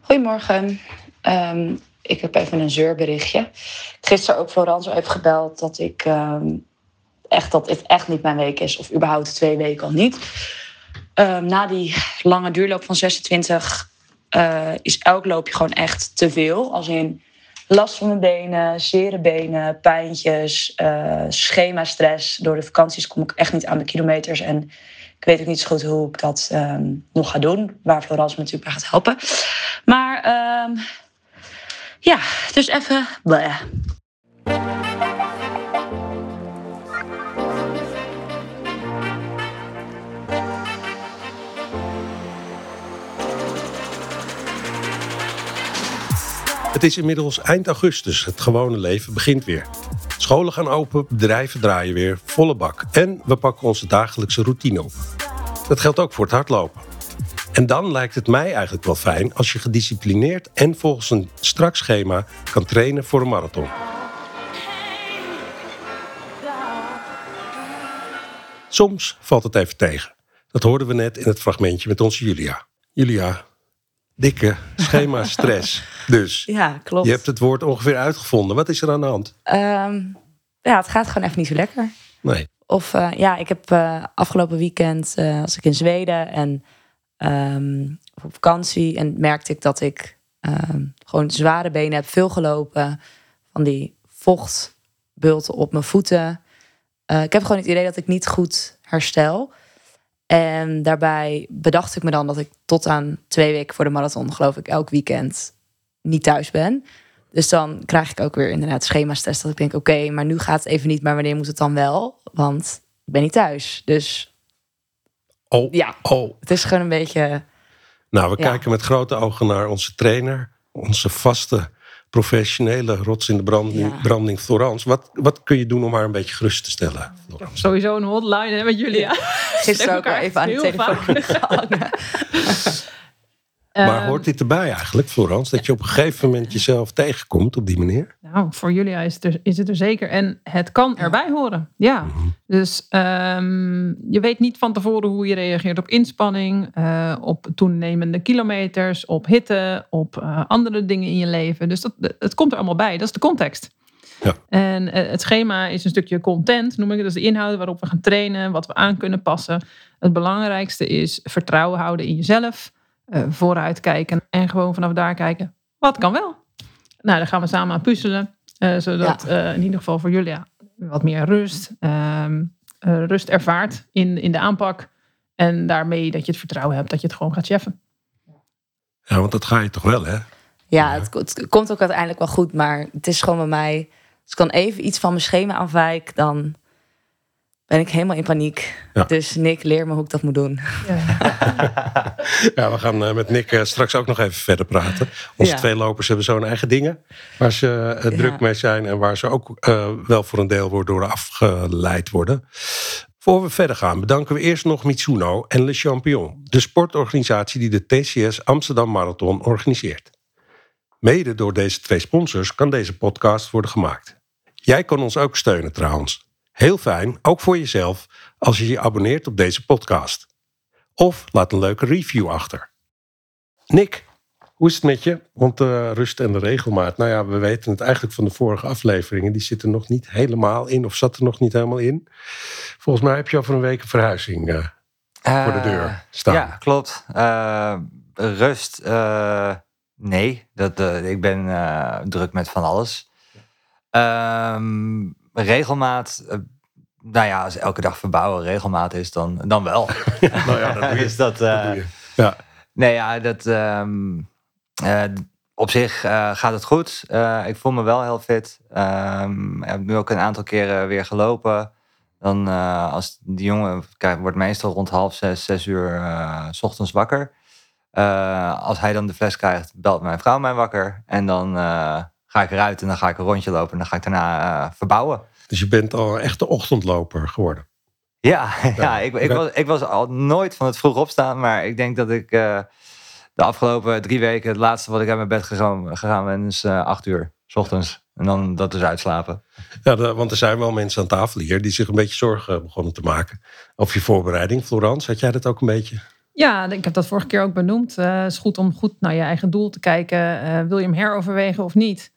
Goedemorgen. Ik heb even een zeurberichtje. Gisteren ook Florence al even gebeld dat dat het echt niet mijn week is. Of überhaupt 2 weken al niet. Na die lange duurloop van 26 is elk loopje gewoon echt te veel. Als in last van mijn benen, zere benen, pijntjes, schemastress. Door de vakanties kom ik echt niet aan de kilometers. En ik weet ook niet zo goed hoe ik dat nog ga doen. Waar Florence me natuurlijk bij gaat helpen. Maar dus even... Bleh. Het is inmiddels eind augustus. Het gewone leven begint weer. Scholen gaan open, bedrijven draaien weer, volle bak. En we pakken onze dagelijkse routine op. Dat geldt ook voor het hardlopen. En dan lijkt het mij eigenlijk wel fijn als je gedisciplineerd en volgens een strak schema kan trainen voor een marathon. Soms valt het even tegen. Dat hoorden we net in het fragmentje met onze Julia. Julia, dikke schema-stress. Dus ja, klopt. Je hebt het woord ongeveer uitgevonden. Wat is er aan de hand? Het gaat gewoon even niet zo lekker. Nee. Of ik heb afgelopen weekend was ik in Zweden en op vakantie. En merkte ik dat ik gewoon zware benen heb, veel gelopen. Van die vochtbulten op mijn voeten. Ik heb gewoon het idee dat ik niet goed herstel. En daarbij bedacht ik me dan dat ik tot aan 2 weken voor de marathon, geloof ik, elk weekend niet thuis ben. Dus dan krijg ik ook weer inderdaad schemastress. Dat ik denk, oké, maar nu gaat het even niet. Maar wanneer moet het dan wel? Want ik ben niet thuis. Dus het is gewoon een beetje... Nou, we kijken met grote ogen naar onze trainer. Onze vaste, professionele rots in de branding Florence. Wat kun je doen om haar een beetje gerust te stellen, Florence? Sowieso een hotline met Julia. Ja. Gisteren ook wel even aan de telefoon gehangen. Maar hoort dit erbij eigenlijk, Florence? Dat je op een gegeven moment jezelf tegenkomt op die manier? Nou, voor Julia is het er zeker. En het kan erbij horen. Ja. Mm-hmm. Dus je weet niet van tevoren hoe je reageert op inspanning, op toenemende kilometers, op hitte, op andere dingen in je leven. Dus het komt er allemaal bij. Dat is de context. Ja. En het schema is een stukje content, noem ik het. Dat is de inhoud waarop we gaan trainen, wat we aan kunnen passen. Het belangrijkste is vertrouwen houden in jezelf. Vooruit kijken en gewoon vanaf daar kijken. Wat kan wel? Nou, daar gaan we samen aan puzzelen. Zodat in ieder geval voor Julia wat meer rust ervaart in de aanpak. En daarmee dat je het vertrouwen hebt dat je het gewoon gaat cheffen. Ja, want dat ga je toch wel, hè? Ja, het komt ook uiteindelijk wel goed. Maar het is gewoon bij mij... Als ik dan even iets van mijn schema afwijk, dan ben ik helemaal in paniek. Ja. Dus Nick, leer me hoe ik dat moet doen. Ja, we gaan met Nick straks ook nog even verder praten. Onze 2 lopers hebben zo hun eigen dingen waar ze druk mee zijn en waar ze ook wel voor een deel door afgeleid worden. Voor we verder gaan bedanken we eerst nog Mitsuno en Le Champion, de sportorganisatie die de TCS Amsterdam Marathon organiseert. Mede door deze 2 sponsors kan deze podcast worden gemaakt. Jij kan ons ook steunen trouwens. Heel fijn, ook voor jezelf, als je je abonneert op deze podcast. Of laat een leuke review achter. Nick, hoe is het met je? Want de rust en de regelmaat, nou ja, we weten het eigenlijk van de vorige afleveringen. Die zitten nog niet helemaal in, of zat er nog niet helemaal in. Volgens mij heb je over een week een verhuizing voor de deur staan. Ja, klopt. Rust, nee. Ik ben druk met van alles. Regelmaat, als elke dag verbouwen regelmaat is, dan wel. Nou ja, dat doe je. Dus dat doe je. Ja. Nee, ja, op zich gaat het goed. Ik voel me wel heel fit. Ik heb nu ook een aantal keren weer gelopen. Dan als die jongen wordt meestal rond 5:30, 6:00 's ochtends wakker. Als hij dan de fles krijgt, belt mijn vrouw mij wakker. En dan ga ik eruit en dan ga ik een rondje lopen en dan ga ik daarna verbouwen. Dus je bent al een echte ochtendloper geworden? Ja, ik was al nooit van het vroeg opstaan, maar ik denk dat ik de afgelopen 3 weken het laatste wat ik uit mijn bed gegaan ben is 8:00 's ochtends. En dan dat is uitslapen. Ja, want er zijn wel mensen aan tafel hier die zich een beetje zorgen begonnen te maken over je voorbereiding. Florence, had jij dat ook een beetje? Ja, ik heb dat vorige keer ook benoemd. Het is goed om goed naar je eigen doel te kijken. Wil je hem heroverwegen of niet?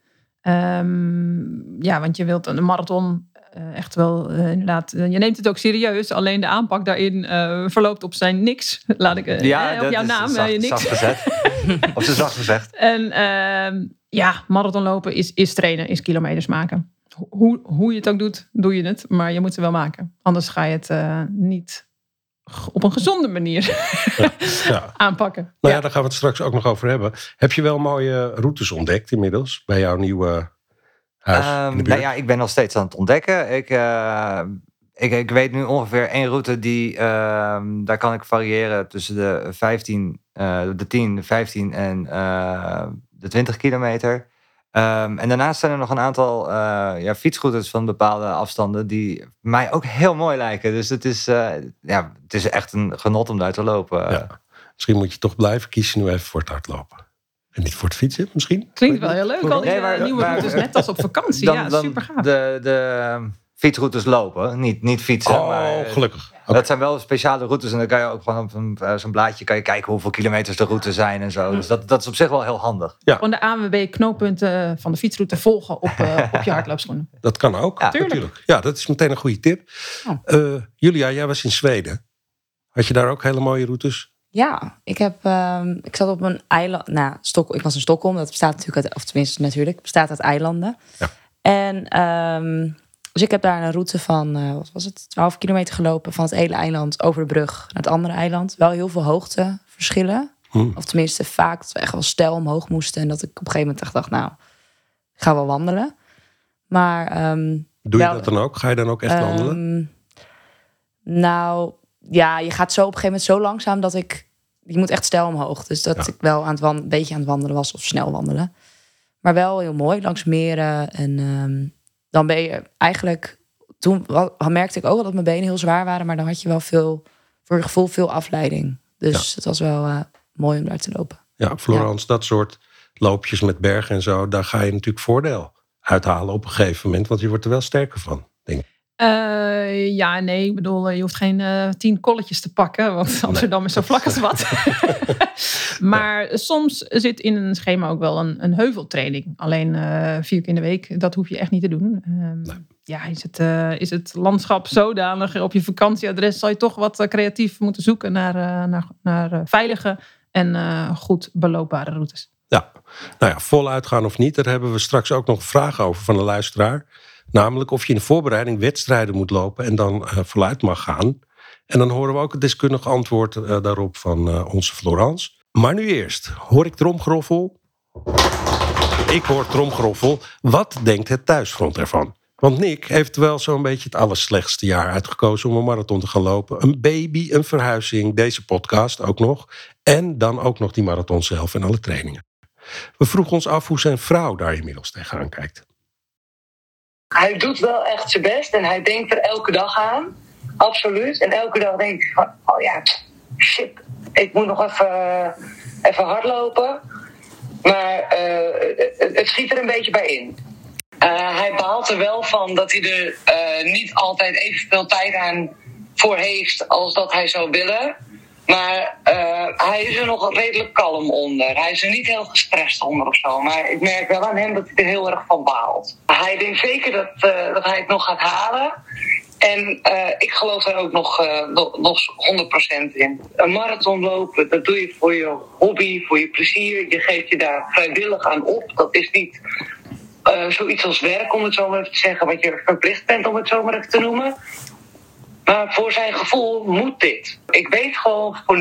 Want je wilt een marathon echt wel inderdaad... je neemt het ook serieus. Alleen de aanpak daarin verloopt op zijn niks. Laat ik op jouw naam. Zacht, niks. zacht gezet. Of ze zacht gezegd. En marathonlopen is trainen, is kilometers maken. Hoe je het ook doet, doe je het. Maar je moet ze wel maken. Anders ga je het niet op een gezonde manier aanpakken. Nou ja, daar gaan we het straks ook nog over hebben. Heb je wel mooie routes ontdekt inmiddels bij jouw nieuwe huis in de buurt? Ik ben nog steeds aan het ontdekken. Ik weet nu ongeveer 1 route die daar kan ik variëren tussen de 15, de 10, de 15 en de 20 kilometer. En daarnaast zijn er nog een aantal fietsroutes van bepaalde afstanden die mij ook heel mooi lijken. Dus het is echt een genot om daar te lopen. Ja. Misschien moet je toch blijven kiezen nu even voor het hardlopen. En niet voor het fietsen misschien? Klinkt wel heel leuk, al die nieuwe routes, net als op vakantie. Dan super gaaf. De fietsroutes lopen, niet fietsen. Maar gelukkig. Dat zijn wel speciale routes en dan kan je ook gewoon op zo'n blaadje kijken hoeveel kilometers de route zijn en zo. Dus dat is op zich wel heel handig. Ja. Gewoon de ANWB-knooppunten van de fietsroute volgen op je hardloopschoenen. Dat kan ook, natuurlijk. Ja, dat is meteen een goede tip. Julia, jij was in Zweden. Had je daar ook hele mooie routes? Ja, ik zat op een eiland. Ik was in Stockholm. Dat bestaat natuurlijk bestaat uit eilanden. Ja. En dus ik heb daar een route van, 12 kilometer gelopen van het ene eiland over de brug naar het andere eiland. Wel heel veel hoogteverschillen. Of tenminste vaak dat we echt wel steil omhoog moesten. En dat ik op een gegeven moment echt dacht, ik ga wel wandelen. Maar doe je dat dan ook? Ga je dan ook echt wandelen? Je gaat zo op een gegeven moment zo langzaam dat je moet echt steil omhoog. Dus dat ik wel een beetje aan het wandelen was of snel wandelen. Maar wel heel mooi, langs meren. En dan ben je eigenlijk... Toen merkte ik ook wel dat mijn benen heel zwaar waren. Maar dan had je wel voor je gevoel veel afleiding. Dus het was wel mooi om daar te lopen. Ja, Florence, dat soort loopjes met bergen en zo... daar ga je natuurlijk voordeel uithalen op een gegeven moment. Want je wordt er wel sterker van, denk ik. Ik bedoel, je hoeft geen 10 kolletjes te pakken, want Amsterdam is zo vlak als wat. Maar soms zit in een schema ook wel een heuveltraining. Alleen 4 keer in de week, dat hoef je echt niet te doen. Is het landschap zodanig op je vakantieadres, zal je toch wat creatief moeten zoeken naar veilige en goed beloopbare routes. Ja, voluit gaan of niet, daar hebben we straks ook nog een vraag over van een luisteraar. Namelijk of je in de voorbereiding wedstrijden moet lopen en dan voluit mag gaan. En dan horen we ook het deskundig antwoord daarop van onze Florence. Maar nu eerst, hoor ik tromgeroffel? Ik hoor tromgeroffel. Wat denkt het thuisfront ervan? Want Nick heeft wel zo'n beetje het allerslechtste jaar uitgekozen om een marathon te gaan lopen. Een baby, een verhuizing, deze podcast ook nog. En dan ook nog die marathon zelf en alle trainingen. We vroegen ons af hoe zijn vrouw daar inmiddels tegenaan kijkt. Hij doet wel echt zijn best en hij denkt er elke dag aan. Absoluut. En elke dag denk ik van, shit, ik moet nog even hardlopen. Maar het schiet er een beetje bij in. Hij baalt er wel van dat hij er niet altijd evenveel tijd aan voor heeft als dat hij zou willen. Maar hij is er nog redelijk kalm onder. Hij is er niet heel gestrest onder of zo. Maar ik merk wel aan hem dat hij er heel erg van baalt. Hij denkt zeker dat hij het nog gaat halen. En ik geloof daar ook nog 100% in. Een marathon lopen, dat doe je voor je hobby, voor je plezier. Je geeft je daar vrijwillig aan op. Dat is niet zoiets als werk, om het zo maar even te zeggen. Wat je verplicht bent, om het zo maar even te noemen. Maar voor zijn gevoel moet dit. Ik weet gewoon voor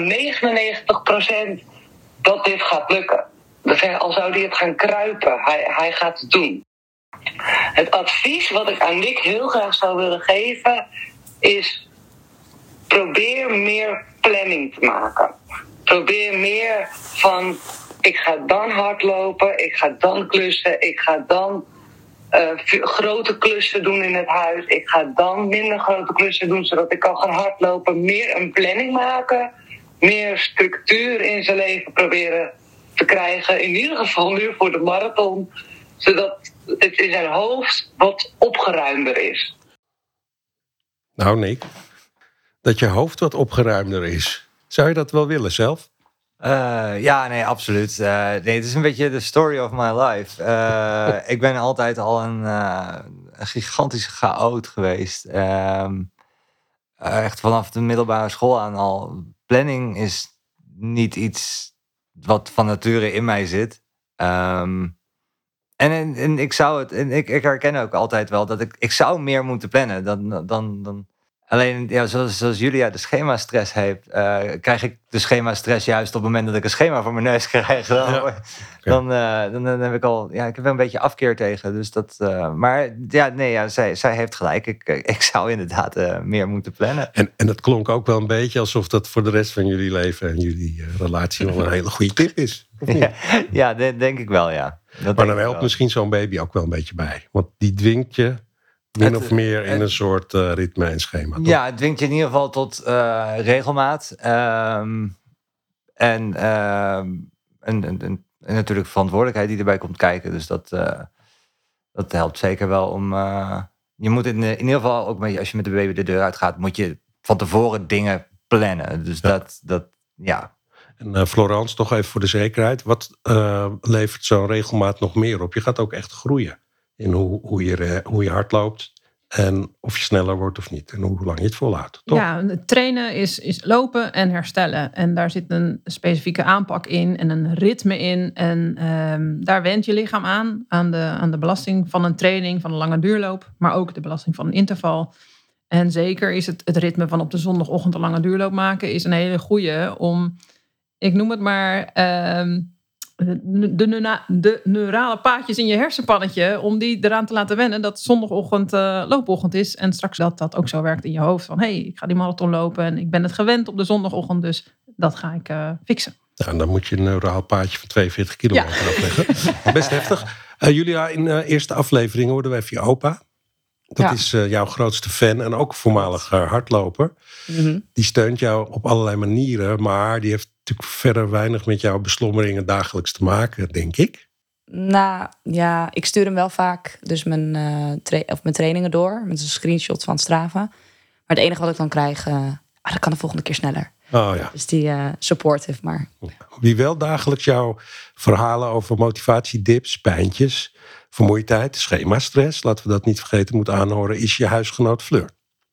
99% dat dit gaat lukken. Al zou hij het gaan kruipen, hij gaat het doen. Het advies wat ik aan Nick heel graag zou willen geven is: probeer meer planning te maken. Probeer meer van, ik ga dan hardlopen, ik ga dan klussen, ik ga dan grote klussen doen in het huis. Ik ga dan minder grote klussen doen, zodat ik kan gaan hardlopen. Meer een planning maken. Meer structuur in zijn leven proberen te krijgen. In ieder geval nu voor de marathon. Zodat het in zijn hoofd wat opgeruimder is. Nou Nick, dat je hoofd wat opgeruimder is. Zou je dat wel willen zelf? Nee, absoluut. Het is een beetje de story of my life. Ik ben altijd al een gigantische chaot geweest. Echt vanaf de middelbare school aan al. Planning is niet iets wat van nature in mij zit. En ik zou het. En ik herken ook altijd wel dat ik zou meer moeten plannen dan. Alleen, ja, zoals Julia de schema-stress heeft, krijg ik de schema-stress juist op het moment dat ik een schema voor mijn neus krijg. Dan heb ik al, ik heb wel een beetje afkeer tegen. Dus dat, zij heeft gelijk. Ik zou inderdaad meer moeten plannen. En het klonk ook wel een beetje alsof dat voor de rest van jullie leven en jullie relatie wel een hele goede tip is. Ja, denk ik wel, ja. Maar dan helpt misschien zo'n baby ook wel een beetje bij. Want die dwingt je min of meer in een soort ritme en schema. Toch? Ja, het dwingt je in ieder geval tot regelmaat. En natuurlijk verantwoordelijkheid die erbij komt kijken. Dus dat helpt zeker wel om... je moet in ieder geval ook, als je met de baby de deur uitgaat, moet je van tevoren dingen plannen. Dus ja. En Florence, toch even voor de zekerheid. Wat levert zo'n regelmaat nog meer op? Je gaat ook echt groeien in hoe je hard loopt. En of je sneller wordt of niet. En hoe lang je het volhoudt. Toch? Ja, trainen is lopen en herstellen. En daar zit een specifieke aanpak in. En een ritme in. En daar went je lichaam aan de belasting van een training. Van een lange duurloop. Maar ook de belasting van een interval. En zeker is het ritme van op de zondagochtend een lange duurloop maken. Is een hele goeie om... Ik noem het maar... de neurale paadjes in je hersenpannetje, om die eraan te laten wennen dat zondagochtend loopochtend is. En straks dat ook zo werkt in je hoofd. Van ik ga die marathon lopen en ik ben het gewend op de zondagochtend, dus dat ga ik fixen. Ja, en dan moet je een neuraal paadje van 42 kilometer afleggen. Best heftig. Julia, in de eerste aflevering hoorden we even je opa. Dat is jouw grootste fan en ook voormalig hardloper. Mm-hmm. Die steunt jou op allerlei manieren, maar die heeft natuurlijk verder weinig met jouw beslommeringen dagelijks te maken, denk ik. Nou ja, ik stuur hem wel vaak dus mijn trainingen door met een screenshot van Strava. Maar het enige wat ik dan krijg, dat kan de volgende keer sneller. Oh ja. Dus die supportive maar. Wie wel dagelijks jouw verhalen over motivatiedips, pijntjes, vermoeidheid, schemastress, laten we dat niet vergeten, moet aanhoren, is je huisgenoot Fleur.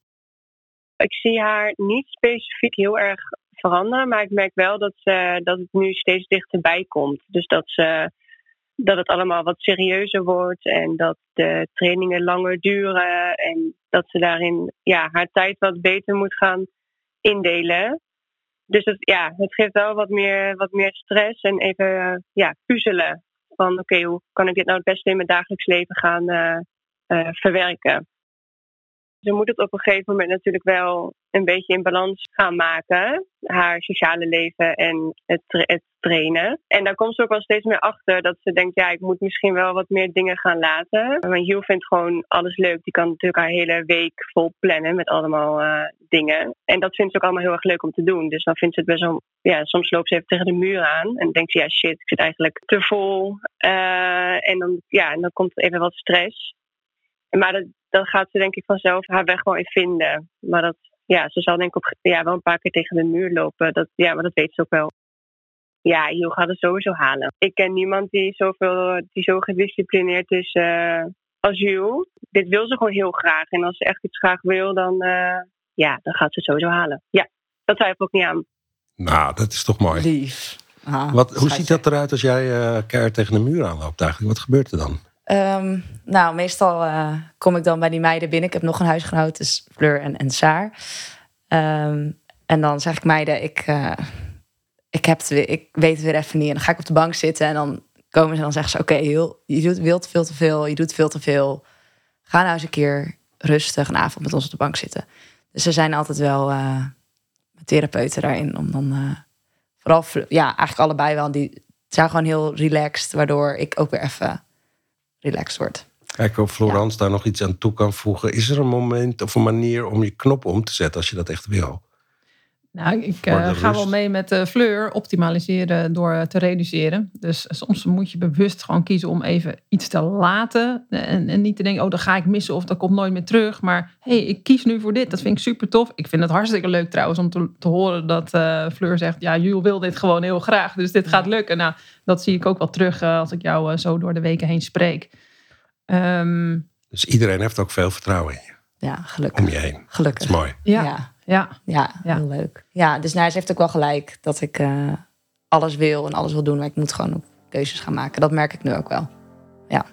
Ik zie haar niet specifiek heel erg veranderen, maar ik merk wel dat het nu steeds dichterbij komt. Dus dat het allemaal wat serieuzer wordt en dat de trainingen langer duren en dat ze daarin haar tijd wat beter moet gaan indelen. Dus het geeft wel wat meer stress en even puzzelen van oké, hoe kan ik dit nou het beste in mijn dagelijks leven gaan verwerken. Ze moet het op een gegeven moment natuurlijk wel een beetje in balans gaan maken. Haar sociale leven en het trainen. En daar komt ze ook wel steeds meer achter dat ze denkt, ik moet misschien wel wat meer dingen gaan laten. Want Hugh vindt gewoon alles leuk. Die kan natuurlijk haar hele week vol plannen met allemaal dingen. En dat vindt ze ook allemaal heel erg leuk om te doen. Dus dan vindt ze het best wel, soms loopt ze even tegen de muur aan. En denkt ze, shit, ik zit eigenlijk te vol. En dan komt er even wat stress. Maar dat gaat ze denk ik vanzelf haar weg wel in vinden. Maar ze zal denk ik wel een paar keer tegen de muur lopen. Maar dat weet ze ook wel. Ja, Hugh gaat het sowieso halen. Ik ken niemand die zo gedisciplineerd is als Hugh. Dit wil ze gewoon heel graag. En als ze echt iets graag wil, dan gaat ze het sowieso halen. Ja, dat twijfel ik niet aan. Nou, dat is toch mooi. Lief. Hoe ziet dat eruit als jij keihard tegen de muur aanloopt eigenlijk? Wat gebeurt er dan? Meestal kom ik dan bij die meiden binnen. Ik heb nog een huisgenoot, dus Fleur en Saar. En dan zeg ik meiden, ik weet het weer even niet. En dan ga ik op de bank zitten en dan komen ze en dan zeggen ze, oké, je wilt veel te veel, je doet veel te veel. Ga nou eens een keer rustig een avond met ons op de bank zitten. Dus ze zijn altijd wel therapeuten daarin. Om dan vooral, eigenlijk allebei wel. Die zijn gewoon heel relaxed, waardoor ik ook weer even relaxed word. Kijk of Florence daar nog iets aan toe kan voegen. Is er een moment of een manier om je knop om te zetten als je dat echt wil? Nou, ik Voor de ga rust. wel mee met Fleur optimaliseren door te reduceren. Dus soms moet je bewust gewoon kiezen om even iets te laten. En niet te denken, dat ga ik missen of dat komt nooit meer terug. Maar ik kies nu voor dit. Dat vind ik super tof. Ik vind het hartstikke leuk trouwens om te horen dat Fleur zegt... ja, Jules wil dit gewoon heel graag, dus dit gaat lukken. Nou, dat zie ik ook wel terug als ik jou zo door de weken heen spreek. Dus iedereen heeft ook veel vertrouwen in je. Ja, gelukkig. Om je heen. Gelukkig. Dat is mooi. Ja. Ja, heel leuk. Ja, dus ze heeft ook wel gelijk dat ik alles wil en alles wil doen. Maar ik moet gewoon ook keuzes gaan maken. Dat merk ik nu ook wel. Ja.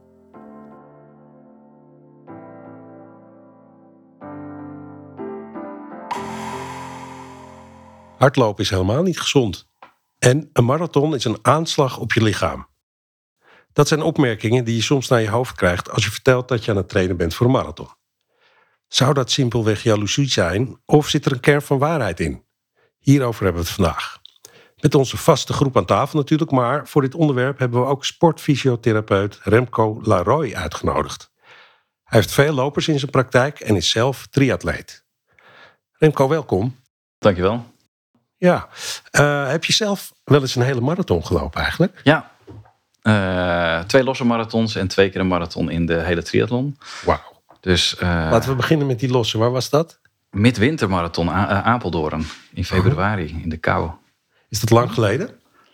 Hardlopen is helemaal niet gezond. En een marathon is een aanslag op je lichaam. Dat zijn opmerkingen die je soms naar je hoofd krijgt als je vertelt dat je aan het trainen bent voor een marathon. Zou dat simpelweg jaloezie zijn of zit er een kern van waarheid in? Hierover hebben we het vandaag. Met onze vaste groep aan tafel natuurlijk, maar voor dit onderwerp hebben we ook sportfysiotherapeut Remco Laroy uitgenodigd. Hij heeft veel lopers in zijn praktijk en is zelf triatleet. Remco, welkom. Dankjewel. Ja, heb je zelf wel eens een hele marathon gelopen eigenlijk? Ja, 2 losse marathons en 2 keer een marathon in de hele triathlon. Wauw. Dus Laten we beginnen met die losse. Waar was dat? midwintermarathon Apeldoorn in februari in de kou. Is dat lang geleden?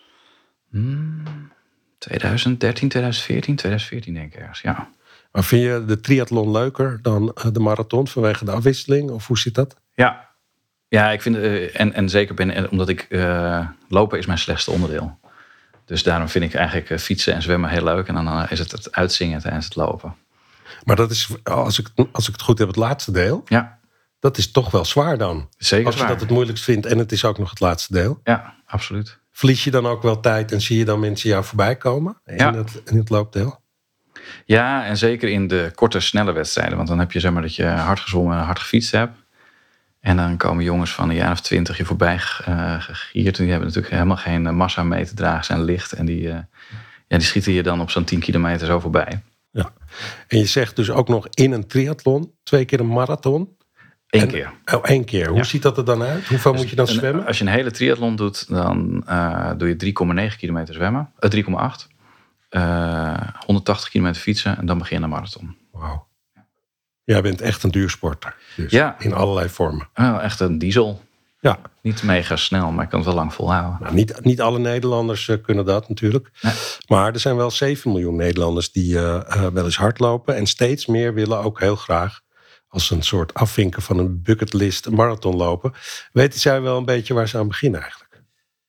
2013, 2014 denk ik ergens, ja. Maar vind je de triathlon leuker dan de marathon vanwege de afwisseling? Of hoe zit dat? Ja, ik vind, en zeker omdat ik lopen is mijn slechtste onderdeel. Dus daarom vind ik eigenlijk fietsen en zwemmen heel leuk. En dan is het uitzingen tijdens het lopen. Maar dat is, als ik het goed heb, het laatste deel. Ja, Dat is toch wel zwaar dan. zeker Als je zwaar. dat het moeilijkst vindt en het is ook nog het laatste deel. Ja, absoluut. Verlies je dan ook wel tijd en zie je dan mensen jou voorbij komen Ja. in het loopdeel? Ja, en zeker in de korte, snelle wedstrijden. Want dan heb je zeg maar dat je hard gezwommen en hard gefietst hebt. En dan komen jongens van een jaar of 20 je voorbij gegierd. En die hebben natuurlijk helemaal geen massa mee te dragen, zijn licht. En die schieten je dan op zo'n 10 kilometer zo voorbij. Ja. En je zegt dus ook nog in een triathlon 2 keer een marathon. Eén keer. Oh, 1 keer. Hoe Ja. ziet dat er dan uit? Hoeveel moet je dan zwemmen? Als je een hele triathlon doet, dan doe je 3,9 kilometer zwemmen. 3,8. 180 kilometer fietsen en dan begin je een marathon. Wauw. Jij bent echt een duursporter. Dus Ja. in allerlei vormen. Echt een diesel. Ja. Niet mega snel, maar ik kan het wel lang volhouden. Nou, niet alle Nederlanders kunnen dat natuurlijk. Nee. Maar er zijn wel 7 miljoen Nederlanders die wel eens hardlopen. En steeds meer willen ook heel graag als een soort afvinken van een bucketlist een marathon lopen. Weten zij wel een beetje waar ze aan beginnen eigenlijk?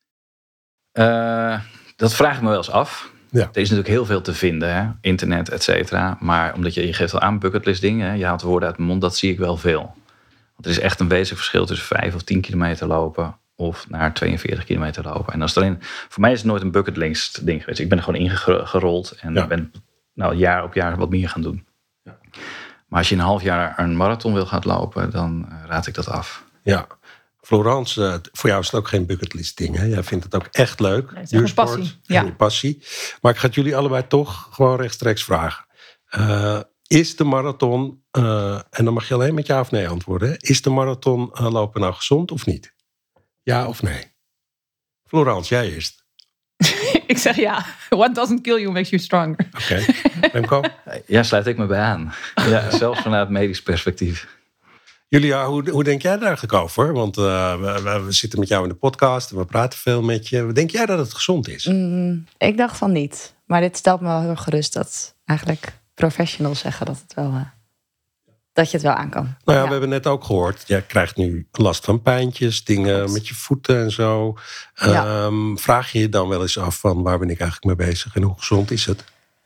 Dat vraag ik me wel eens af. Ja. Er is natuurlijk heel veel te vinden, hè? Internet, et cetera. Maar omdat je geeft al aan bucketlist dingen, hè? Je haalt woorden uit mijn mond, dat zie ik wel veel. Want er is echt een wezenlijk verschil tussen 5 of 10 kilometer lopen of naar 42 kilometer lopen. En als er voor mij is het nooit een bucketlist ding geweest. Ik ben er gewoon ingerold en ben jaar op jaar wat meer gaan doen. Ja. Maar als je in een half jaar een marathon wil gaan lopen, dan raad ik dat af. Ja. Florence, voor jou is het ook geen bucketlist ding. Hè? Jij vindt het ook echt leuk. Nee, het is echt een passie. Ja. En je passie. Maar ik ga het jullie allebei toch gewoon rechtstreeks vragen. Is de marathon, en dan mag je alleen met ja of nee antwoorden. Hè? Is de marathon lopen nou gezond of niet? Ja of nee? Florence, jij eerst. Ik zeg ja. What doesn't kill you makes you stronger. Oké. Remco? Ja, sluit ik me bij aan. Ja, zelfs vanuit medisch perspectief. Julia, hoe denk jij daar eigenlijk over? Want we zitten met jou in de podcast en we praten veel met je. Denk jij dat het gezond is? Ik dacht van niet. Maar dit stelt me wel heel erg gerust dat eigenlijk professionals zeggen dat het wel... dat je het wel aan kan. Nou ja, we hebben net ook gehoord. Jij krijgt nu last van pijntjes, dingen Klopt. met je voeten en zo. Ja. Vraag je je dan wel eens af van waar ben ik eigenlijk mee bezig en hoe gezond is het?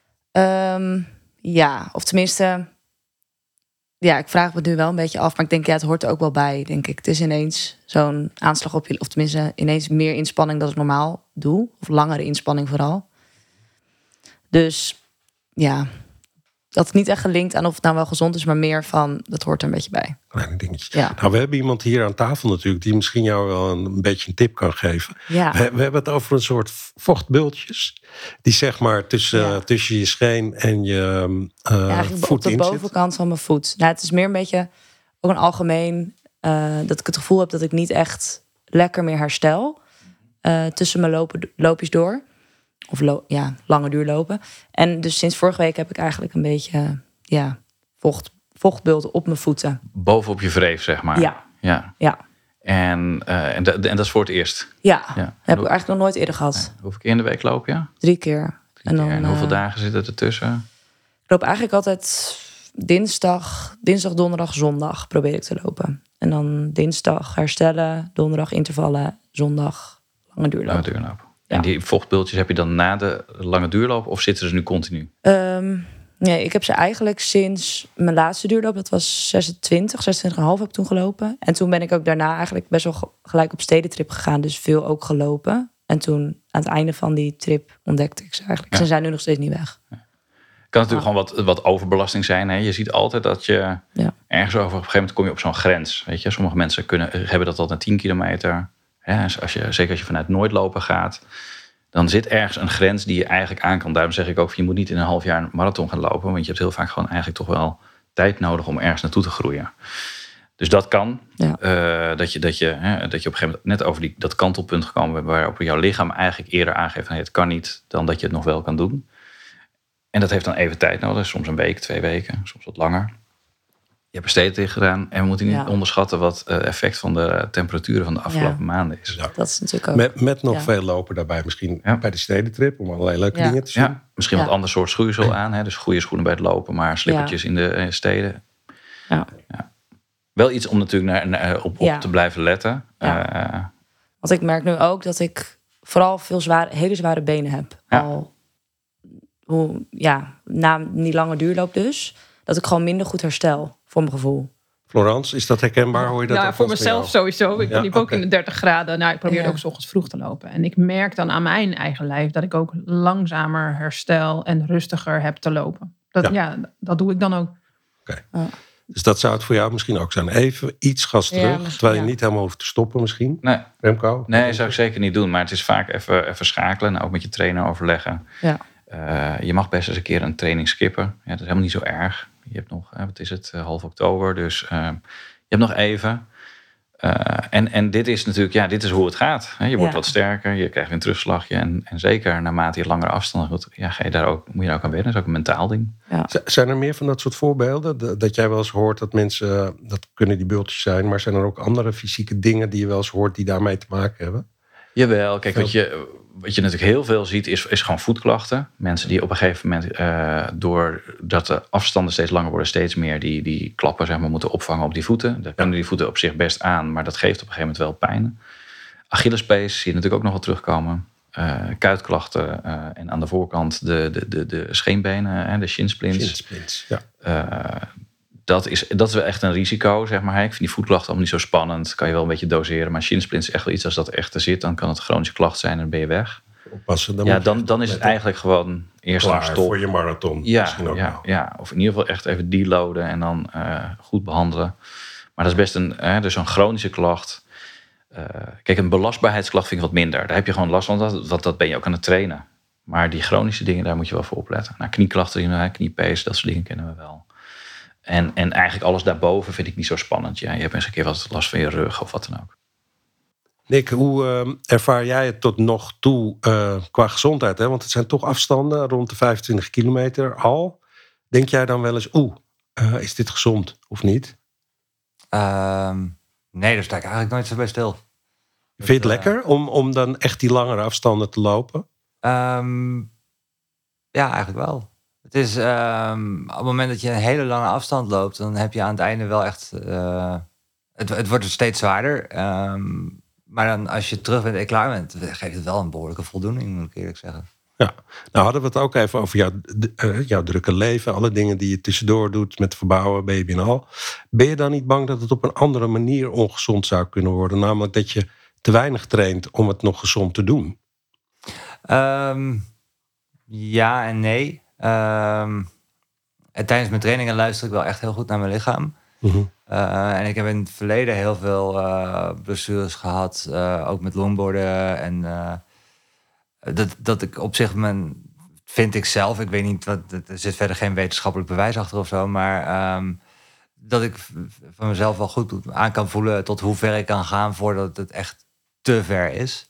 Ja, of tenminste... Ja, ik vraag me nu wel een beetje af. Maar ik denk, ja, het hoort er ook wel bij, denk ik. Het is ineens zo'n aanslag op je... Of tenminste, ineens meer inspanning dan ik normaal doe. Of langere inspanning vooral. Dus ja, dat is niet echt gelinkt aan of het nou wel gezond is, maar meer van, dat hoort er een beetje bij. Kleine dingetjes. Ja. Nou, we hebben iemand hier aan tafel natuurlijk die misschien jou wel een beetje een tip kan geven. Ja. We hebben het over een soort vochtbultjes die zeg maar tussen je scheen en je Eigenlijk op voet de in zit. bovenkant van mijn voet. Nou, het is meer een beetje ook een algemeen dat ik het gevoel heb dat ik niet echt lekker meer herstel tussen mijn loopjes door. Of lange duurlopen. En dus sinds vorige week heb ik eigenlijk een beetje vochtbulten op mijn voeten. Bovenop je wreef, zeg maar. Ja. En dat is voor het eerst? Ja. Heb ik eigenlijk nog nooit eerder gehad. Hoeveel keer in de week loop je? 3 keer. En hoeveel dagen zitten er tussen? Ik loop eigenlijk altijd dinsdag, donderdag, zondag probeer ik te lopen. En dan dinsdag herstellen, donderdag intervallen, zondag lange duurloop. Ja. En die vochtbultjes heb je dan na de lange duurloop of zitten ze nu continu? Nee, ik heb ze eigenlijk sinds mijn laatste duurloop, dat was 26,5 heb ik toen gelopen. En toen ben ik ook daarna eigenlijk best wel gelijk op stedentrip gegaan, dus veel ook gelopen. En toen aan het einde van die trip ontdekte ik ze eigenlijk. Ze zijn nu nog steeds niet weg. Kan natuurlijk gewoon wat overbelasting zijn. Hè? Je ziet altijd dat je ergens over... Op een gegeven moment kom je op zo'n grens. Weet je? Sommige mensen hebben dat al na 10 kilometer. Ja, zeker als je vanuit nooit lopen gaat. Dan zit ergens een grens die je eigenlijk aan kan. Daarom zeg ik ook, je moet niet in een half jaar een marathon gaan lopen. Want je hebt heel vaak gewoon eigenlijk toch wel tijd nodig om ergens naartoe te groeien. Dus dat kan. Ja. Dat je op een gegeven moment net over dat kantelpunt gekomen bent... waarop jouw lichaam eigenlijk eerder aangeeft... het kan niet dan dat je het nog wel kan doen. En dat heeft dan even tijd nodig. Soms een week, 2 weken, soms wat langer. Je hebt er steeds tegen gedaan. En we moeten niet onderschatten wat het effect van de temperaturen van de afgelopen maanden is. Ja. Dat is natuurlijk ook. Met nog veel lopen daarbij. Misschien bij de stedentrip om allerlei leuke dingen te zien. Ja. Misschien wat ander soort schoeisel aan. Hè? Dus goede schoenen bij het lopen, maar slippertjes in de steden. Ja. Wel iets om natuurlijk op te blijven letten. Ja. Want ik merk nu ook dat ik vooral hele zware benen heb. Na die lange duurloop dus. Dat ik gewoon minder goed herstel, voor mijn gevoel. Florence, is dat herkenbaar? Hoor je dat voor mezelf sowieso. Ik liep ook in de 30 graden. Nou, ik probeerde ook 's ochtends vroeg te lopen. En ik merk dan aan mijn eigen lijf... dat ik ook langzamer herstel en rustiger heb te lopen. Dat doe ik dan ook. Okay. Dus dat zou het voor jou misschien ook zijn. Even iets gas terug, terwijl je niet helemaal hoeft te stoppen misschien. Nee. Remco? Nee, zou ik zeker niet doen. Maar het is vaak even schakelen en ook met je trainer overleggen. Ja. Je mag best eens een keer een training skippen. Ja, dat is helemaal niet zo erg. Je hebt nog, wat is het, half oktober. Dus je hebt nog even. En dit is natuurlijk, dit is hoe het gaat. Je wordt wat sterker, je krijgt weer een terugslagje. En zeker naarmate je langere afstanden moet je daar ook aan wennen. Dat is ook een mentaal ding. Ja. Zijn er meer van dat soort voorbeelden? Dat jij wel eens hoort dat mensen, dat kunnen die bultjes zijn... maar zijn er ook andere fysieke dingen die je wel eens hoort... die daarmee te maken hebben? Jawel, kijk, wat je natuurlijk heel veel ziet is gewoon voetklachten. Mensen die op een gegeven moment, doordat de afstanden steeds langer worden... steeds meer die klappen zeg maar, moeten opvangen op die voeten. Daar kunnen die voeten op zich best aan, maar dat geeft op een gegeven moment wel pijn. Achillespees zie je natuurlijk ook nog wel terugkomen. Kuitklachten en aan de voorkant de scheenbenen, de shinsplints. Dat is wel echt een risico, zeg maar. Ik vind die voetklachten allemaal niet zo spannend. Kan je wel een beetje doseren. Maar shinsplints is echt wel iets, als dat echt er zit... dan kan het een chronische klacht zijn en dan ben je weg. Oppassen. Dan is het eigenlijk gewoon eerst een stop. Voor je marathon. Misschien ook wel. Of in ieder geval echt even deloaden en dan goed behandelen. Maar dat is best dus een chronische klacht. Kijk, een belastbaarheidsklacht vind ik wat minder. Daar heb je gewoon last van, want dat ben je ook aan het trainen. Maar die chronische dingen, daar moet je wel voor opletten. Nou, knieklachten, kniepees, dat soort dingen kennen we wel. En eigenlijk alles daarboven vind ik niet zo spannend. Ja, je hebt eens een keer wat last van je rug of wat dan ook. Nick, hoe ervaar jij het tot nog toe qua gezondheid? Hè? Want het zijn toch afstanden rond de 25 kilometer al. Denk jij dan wel eens, is dit gezond of niet? Nee, daar sta ik eigenlijk nooit zo bij stil. Vind je het lekker om dan echt die langere afstanden te lopen? Ja, eigenlijk wel. Het is op het moment dat je een hele lange afstand loopt, dan heb je aan het einde wel echt... Het wordt steeds zwaarder. Maar dan als je terug bent en klaar bent, geeft het wel een behoorlijke voldoening, moet ik eerlijk zeggen. Ja, nou hadden we het ook even over jouw drukke leven. Alle dingen die je tussendoor doet met verbouwen, baby en al. Ben je dan niet bang dat het op een andere manier ongezond zou kunnen worden? Namelijk dat je te weinig traint om het nog gezond te doen? Ja en nee. Tijdens mijn trainingen luister ik wel echt heel goed naar mijn lichaam. Mm-hmm. En ik heb in het verleden heel veel blessures gehad. Ook met longboarden. En dat ik op zich vind ik zelf, ik weet niet, er zit verder geen wetenschappelijk bewijs achter of zo. Maar dat ik van mezelf wel goed aan kan voelen tot hoe ver ik kan gaan voordat het echt te ver is.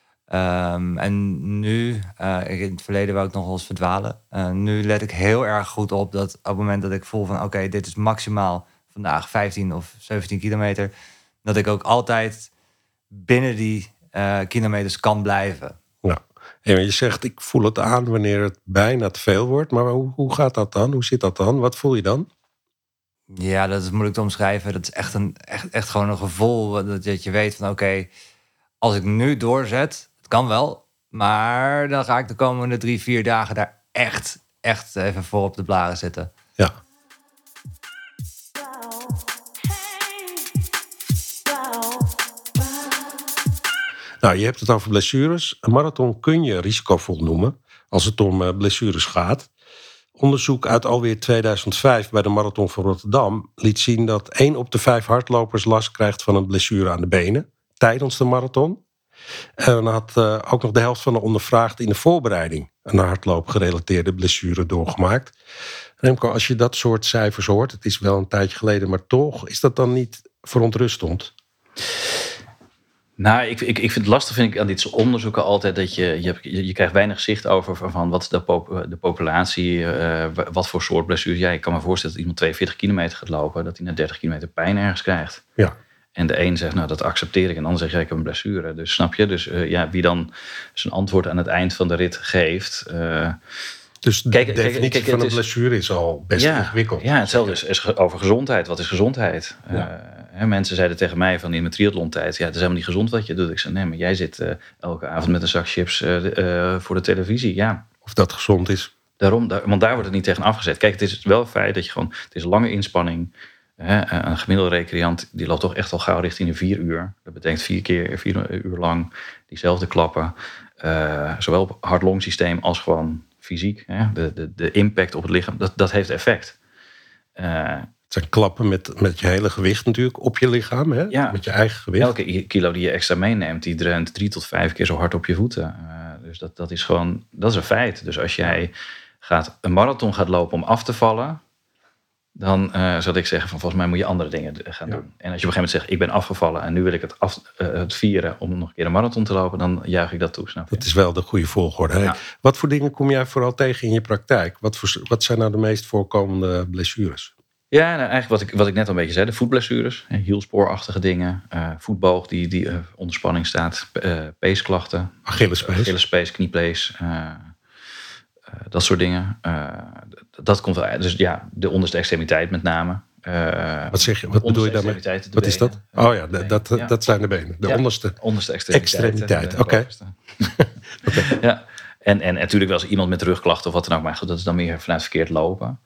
En nu, in het verleden wou ik nog wel eens verdwalen. Nu let ik heel erg goed op dat op het moment dat ik voel van oké, dit is maximaal vandaag 15 of 17 kilometer, dat ik ook altijd binnen die kilometers kan blijven. Ja. En je zegt, ik voel het aan wanneer het bijna te veel wordt. Maar hoe gaat dat dan? Hoe zit dat dan? Wat voel je dan? Ja, dat is moeilijk te omschrijven. Dat is echt gewoon een gevoel dat je weet van oké, als ik nu doorzet, het kan wel, maar dan ga ik de komende 3-4 dagen daar echt even voor op de blaren zitten. Ja. Nou, je hebt het over blessures. Een marathon kun je risicovol noemen als het om blessures gaat. Onderzoek uit alweer 2005 bij de Marathon van Rotterdam liet zien dat 1 op de 5 hardlopers last krijgt van een blessure aan de benen tijdens de marathon. En dan had ook nog de helft van de ondervraagden in de voorbereiding een hardloopgerelateerde blessure doorgemaakt. Remco, als je dat soort cijfers hoort, het is wel een tijdje geleden, maar toch, is dat dan niet verontrustend? Nou, ik vind het lastig aan dit soort onderzoeken altijd dat je krijgt weinig zicht over van wat is de populatie, wat voor soort blessures. Ja, ik kan me voorstellen dat iemand 42 kilometer gaat lopen, dat hij na 30 kilometer pijn ergens krijgt. Ja. En de een zegt, nou dat accepteer ik, en de ander zegt, ja, ik heb een blessure. Dus snap je? Dus wie dan zijn antwoord aan het eind van de rit geeft. Dus de definitie van een blessure is al best ingewikkeld. Ja, hetzelfde is over gezondheid. Wat is gezondheid? Ja. Mensen zeiden tegen mij van in mijn triathlontijd, ja, het is helemaal niet gezond wat je doet. Ik zei, nee, maar jij zit elke avond met een zak chips voor de televisie. Ja. Of dat gezond is. Daarom, want daar wordt het niet tegen afgezet. Kijk, het is wel een feit dat je gewoon, het is een lange inspanning. Een gemiddelde recreant die loopt toch echt al gauw richting de 4 uur. Dat betekent 4 uur lang diezelfde klappen. Zowel op hart-longsysteem als gewoon fysiek. De impact op het lichaam, dat heeft effect. Het zijn klappen met je hele gewicht natuurlijk op je lichaam. Hè? Ja. Met je eigen gewicht. Elke kilo die je extra meeneemt, die dreunt 3 tot 5 keer zo hard op je voeten. Dus dat is gewoon, dat is een feit. Dus als jij een marathon gaat lopen om af te vallen, dan zou ik zeggen van volgens mij moet je andere dingen gaan doen. En als je op een gegeven moment zegt, ik ben afgevallen en nu wil ik het vieren om nog een keer een marathon te lopen, dan juich ik dat toe, snap je? Dat is wel de goede volgorde. Ja. Wat voor dingen kom jij vooral tegen in je praktijk? Wat zijn nou de meest voorkomende blessures? Ja, nou, eigenlijk wat ik net al een beetje zei, de voetblessures, hielspoorachtige dingen, voetboog die onder spanning staat, peesklachten, Achillespees, kniepees, dat soort dingen. Dat komt wel. Dus ja, de onderste extremiteit met name. Wat zeg je? Wat bedoel je daarmee? Wat is dat? Oh ja, dat zijn de benen. De onderste extremiteit. Oké. Ja. En natuurlijk wel eens iemand met rugklachten of wat dan ook, maar goed, dat is dan meer vanuit verkeerd lopen.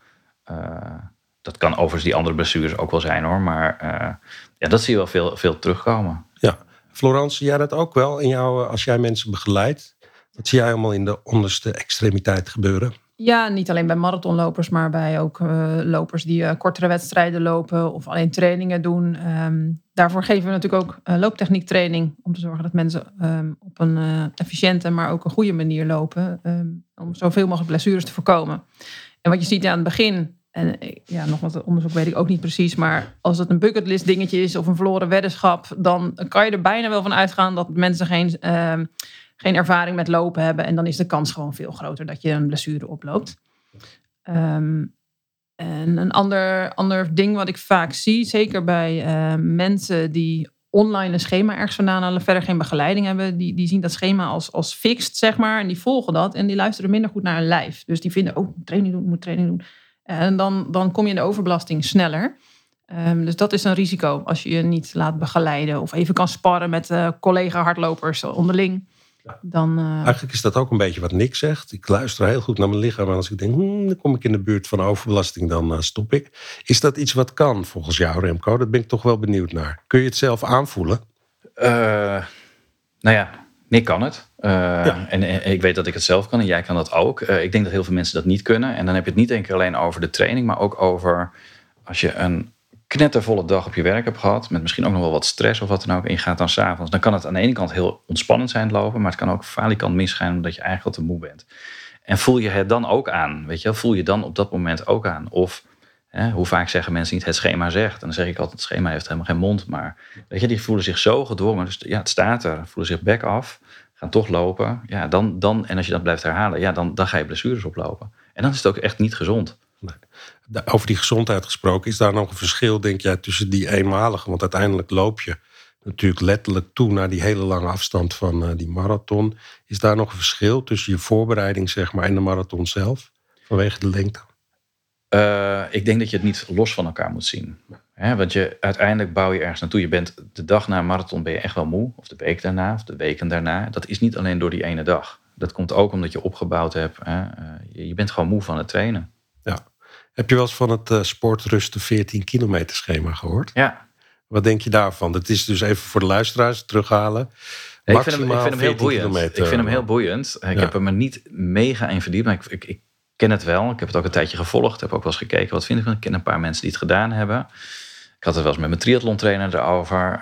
Dat kan overigens die andere blessures ook wel zijn hoor. Maar dat zie je wel veel terugkomen. Ja. Florence, zie jij dat ook wel in jou als jij mensen begeleidt? Wat zie jij allemaal in de onderste extremiteit gebeuren? Ja, niet alleen bij marathonlopers, maar bij ook lopers die kortere wedstrijden lopen of alleen trainingen doen. Daarvoor geven we natuurlijk ook looptechniektraining om te zorgen dat mensen op een efficiënte, maar ook een goede manier lopen. Om zoveel mogelijk blessures te voorkomen. En wat je ziet aan het begin, en ja, nogmaals, het onderzoek weet ik ook niet precies, maar als het een bucketlist dingetje is of een verloren weddenschap, dan kan je er bijna wel van uitgaan dat mensen geen ervaring met lopen hebben. En dan is de kans gewoon veel groter dat je een blessure oploopt. En een ander ding wat ik vaak zie, zeker bij mensen die online een schema ergens vandaan halen, verder geen begeleiding hebben, die zien dat schema als fixed, zeg maar. En die volgen dat en die luisteren minder goed naar hun lijf. Dus die vinden, moet training doen. En dan kom je in de overbelasting sneller. Dus dat is een risico als je je niet laat begeleiden of even kan sparren met collega-hardlopers onderling. Dan, Eigenlijk is dat ook een beetje wat Nick zegt. Ik luister heel goed naar mijn lichaam en als ik denk, dan kom ik in de buurt van overbelasting, dan stop ik. Is dat iets wat kan volgens jou, Remco? Dat ben ik toch wel benieuwd naar. Kun je het zelf aanvoelen? Nou ja, Nick kan het. En ik weet dat ik het zelf kan en jij kan dat ook. Ik denk dat heel veel mensen dat niet kunnen. En dan heb je het niet enkel alleen over de training, maar ook over als je een knettervolle dag op je werk hebt gehad, met misschien ook nog wel wat stress of wat dan ook, en je gaat dan 's avonds, dan kan het aan de ene kant heel ontspannend zijn lopen, maar het kan ook falikant misgaan omdat je eigenlijk al te moe bent. En voel je het dan ook aan, weet je? Voel je dan op dat moment ook aan? Of Hoe vaak zeggen mensen niet het schema zegt? En dan zeg ik altijd, het schema heeft helemaal geen mond. Maar weet je, die voelen zich zo gedwongen. Dus ja, het staat er. Voelen zich back af. Gaan toch lopen. Ja, dan, en als je dat blijft herhalen, ja, dan ga je blessures oplopen. En dan is het ook echt niet gezond. Nee. Over die gezondheid gesproken, is daar nog een verschil, denk jij, tussen die eenmalige? Want uiteindelijk loop je natuurlijk letterlijk toe naar die hele lange afstand van die marathon. Is daar nog een verschil tussen je voorbereiding, zeg maar, en de marathon zelf? Vanwege de lengte? Ik denk dat je het niet los van elkaar moet zien. Want uiteindelijk bouw je ergens naartoe. Je bent de dag na een marathon ben je echt wel moe. Of de week daarna, of de weken daarna. Dat is niet alleen door die ene dag. Dat komt ook omdat je opgebouwd hebt. Je bent gewoon moe van het trainen. Ja. Heb je wel eens van het sportrusten 14 kilometer schema gehoord? Ja. Wat denk je daarvan? Dat is dus even voor de luisteraars terughalen. Ik vind hem heel boeiend. Ik vind hem heel boeiend. Ik heb er me niet mega in verdiept. Maar ik ken het wel. Ik heb het ook een tijdje gevolgd. Ik heb ook wel eens gekeken. Wat vind ik van? Ik ken een paar mensen die het gedaan hebben. Ik had het wel eens met mijn triathlontrainer erover.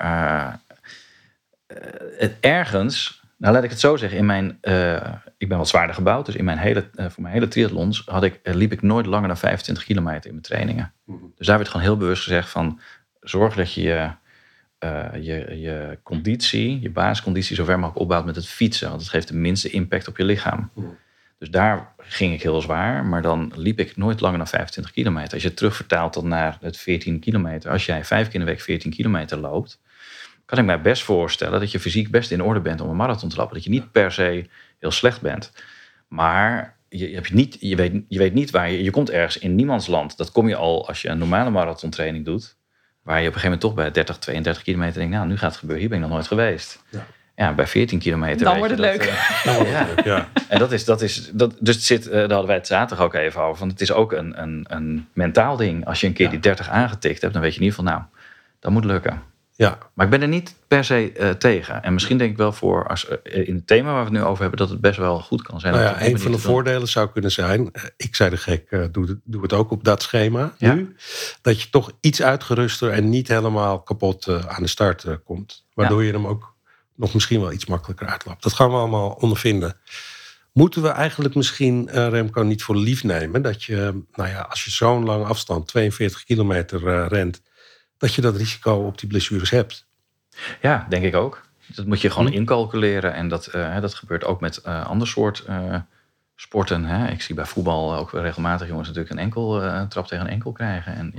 Ergens, nou laat ik het zo zeggen. Ik ben wat zwaarder gebouwd. Dus voor mijn hele triathlons liep ik nooit langer dan 25 kilometer in mijn trainingen. Dus daar werd gewoon heel bewust gezegd van, zorg dat je je conditie, je basisconditie zo ver mogelijk opbouwt met het fietsen. Want het geeft de minste impact op je lichaam. Dus daar ging ik heel zwaar. Maar dan liep ik nooit langer dan 25 kilometer. Als je het terugvertaalt dan naar het 14 kilometer. Als jij 5 keer in de week 14 kilometer loopt, kan ik mij best voorstellen dat je fysiek best in orde bent om een marathon te lopen. Dat je niet per se heel slecht bent. Maar je weet niet waar je komt ergens in niemands land. Dat kom je al als je een normale marathontraining doet. Waar je op een gegeven moment toch bij 30, 32 kilometer denkt, nou, nu gaat het gebeuren. Hier ben ik nog nooit geweest. Ja, bij 14 kilometer. Dan wordt het leuk. Ja. En dat is dus daar hadden wij het zaterdag ook even over. Want het is ook een mentaal ding. Als je een keer die 30 aangetikt hebt, dan weet je in ieder geval, nou, dat moet lukken. Ja. Maar ik ben er niet per se tegen. En misschien denk ik wel in het thema waar we het nu over hebben, dat het best wel goed kan zijn. Een van de voordelen zou kunnen zijn, ik zei de gek, doe het ook op dat schema nu. Dat je toch iets uitgeruster en niet helemaal kapot aan de start komt. Waardoor je hem ook nog misschien wel iets makkelijker uitlapt. Dat gaan we allemaal ondervinden. Moeten we eigenlijk misschien, Remco, niet voor lief nemen dat je, als je zo'n lange afstand, 42 kilometer rent, dat je dat risico op die blessures hebt? Ja, denk ik ook. Dat moet je gewoon incalculeren. En dat gebeurt ook met ander soort sporten. Ik zie bij voetbal ook regelmatig jongens natuurlijk een trap tegen een enkel krijgen. En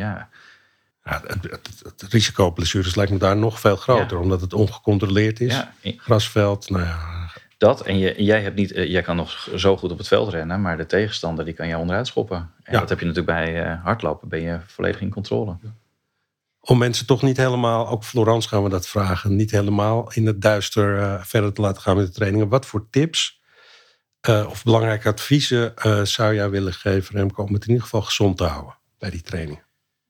het risico op blessures lijkt me daar nog veel groter. Omdat het ongecontroleerd is. Ja. Grasveld, Dat, en jij kan nog zo goed op het veld rennen, maar de tegenstander die kan jou onderuit schoppen. En dat heb je natuurlijk bij hardlopen, ben je volledig in controle. Ja. Om mensen toch niet helemaal, ook Florence gaan we dat vragen, niet helemaal in het duister verder te laten gaan met de trainingen. Wat voor tips of belangrijke adviezen zou jij willen geven, Remco, om het in ieder geval gezond te houden bij die trainingen?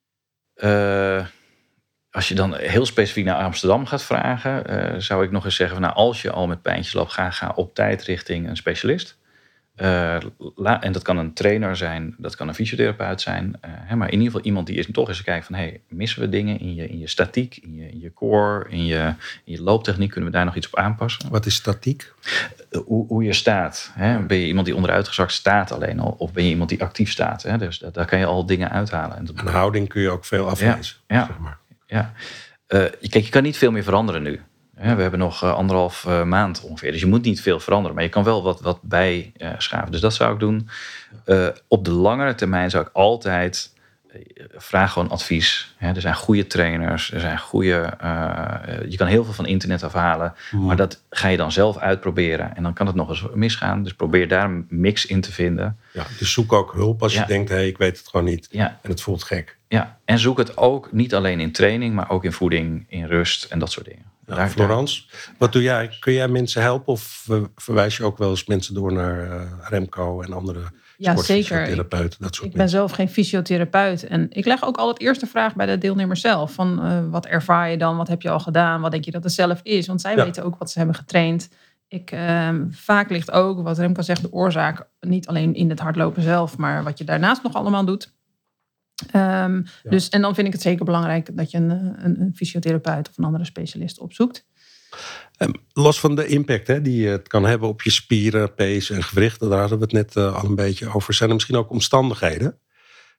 Als je dan heel specifiek naar Amsterdam gaat vragen, zou ik nog eens zeggen, als je al met pijntjes loopt, ga op tijd richting een specialist. En dat kan een trainer zijn, dat kan een fysiotherapeut zijn. Maar in ieder geval iemand die toch eens kijkt van, missen we dingen in je statiek, in je core, in je looptechniek? Kunnen we daar nog iets op aanpassen? Wat is statiek? Hoe je staat. Ben je iemand die onderuitgezakt staat alleen al? Of ben je iemand die actief staat? Dus daar kan je al dingen uithalen. En een houding kun je ook veel aflezen. Ja. Zeg maar. Kijk, je kan niet veel meer veranderen nu. We hebben nog 1,5 maand ongeveer. Dus je moet niet veel veranderen. Maar je kan wel wat bijschaven. Dus dat zou ik doen. Op de langere termijn zou ik altijd vraag gewoon advies. Er zijn goede trainers. Je kan heel veel van internet afhalen. Maar dat ga je dan zelf uitproberen. En dan kan het nog eens misgaan. Dus probeer daar een mix in te vinden. Ja, dus zoek ook hulp als je denkt, ik weet het gewoon niet. Ja. En het voelt gek. Ja, en zoek het ook niet alleen in training, maar ook in voeding, in rust en dat soort dingen. Florence, wat doe jij? Kun jij mensen helpen of verwijs je ook wel eens mensen door naar Remco en andere sportfysiotherapeuten? Dat soort ik ben zelf geen fysiotherapeut en ik leg ook altijd eerst de vraag bij de deelnemers zelf. Van wat ervaar je dan? Wat heb je al gedaan? Wat denk je dat het zelf is? Want zij weten ook wat ze hebben getraind. Vaak ligt ook, wat Remco zegt, de oorzaak niet alleen in het hardlopen zelf, maar wat je daarnaast nog allemaal doet. Dus, en dan vind ik het zeker belangrijk dat je een fysiotherapeut of een andere specialist opzoekt. Los van de impact die het kan hebben op je spieren, pees en gewrichten, daar hadden we het net al een beetje over. Zijn er misschien ook omstandigheden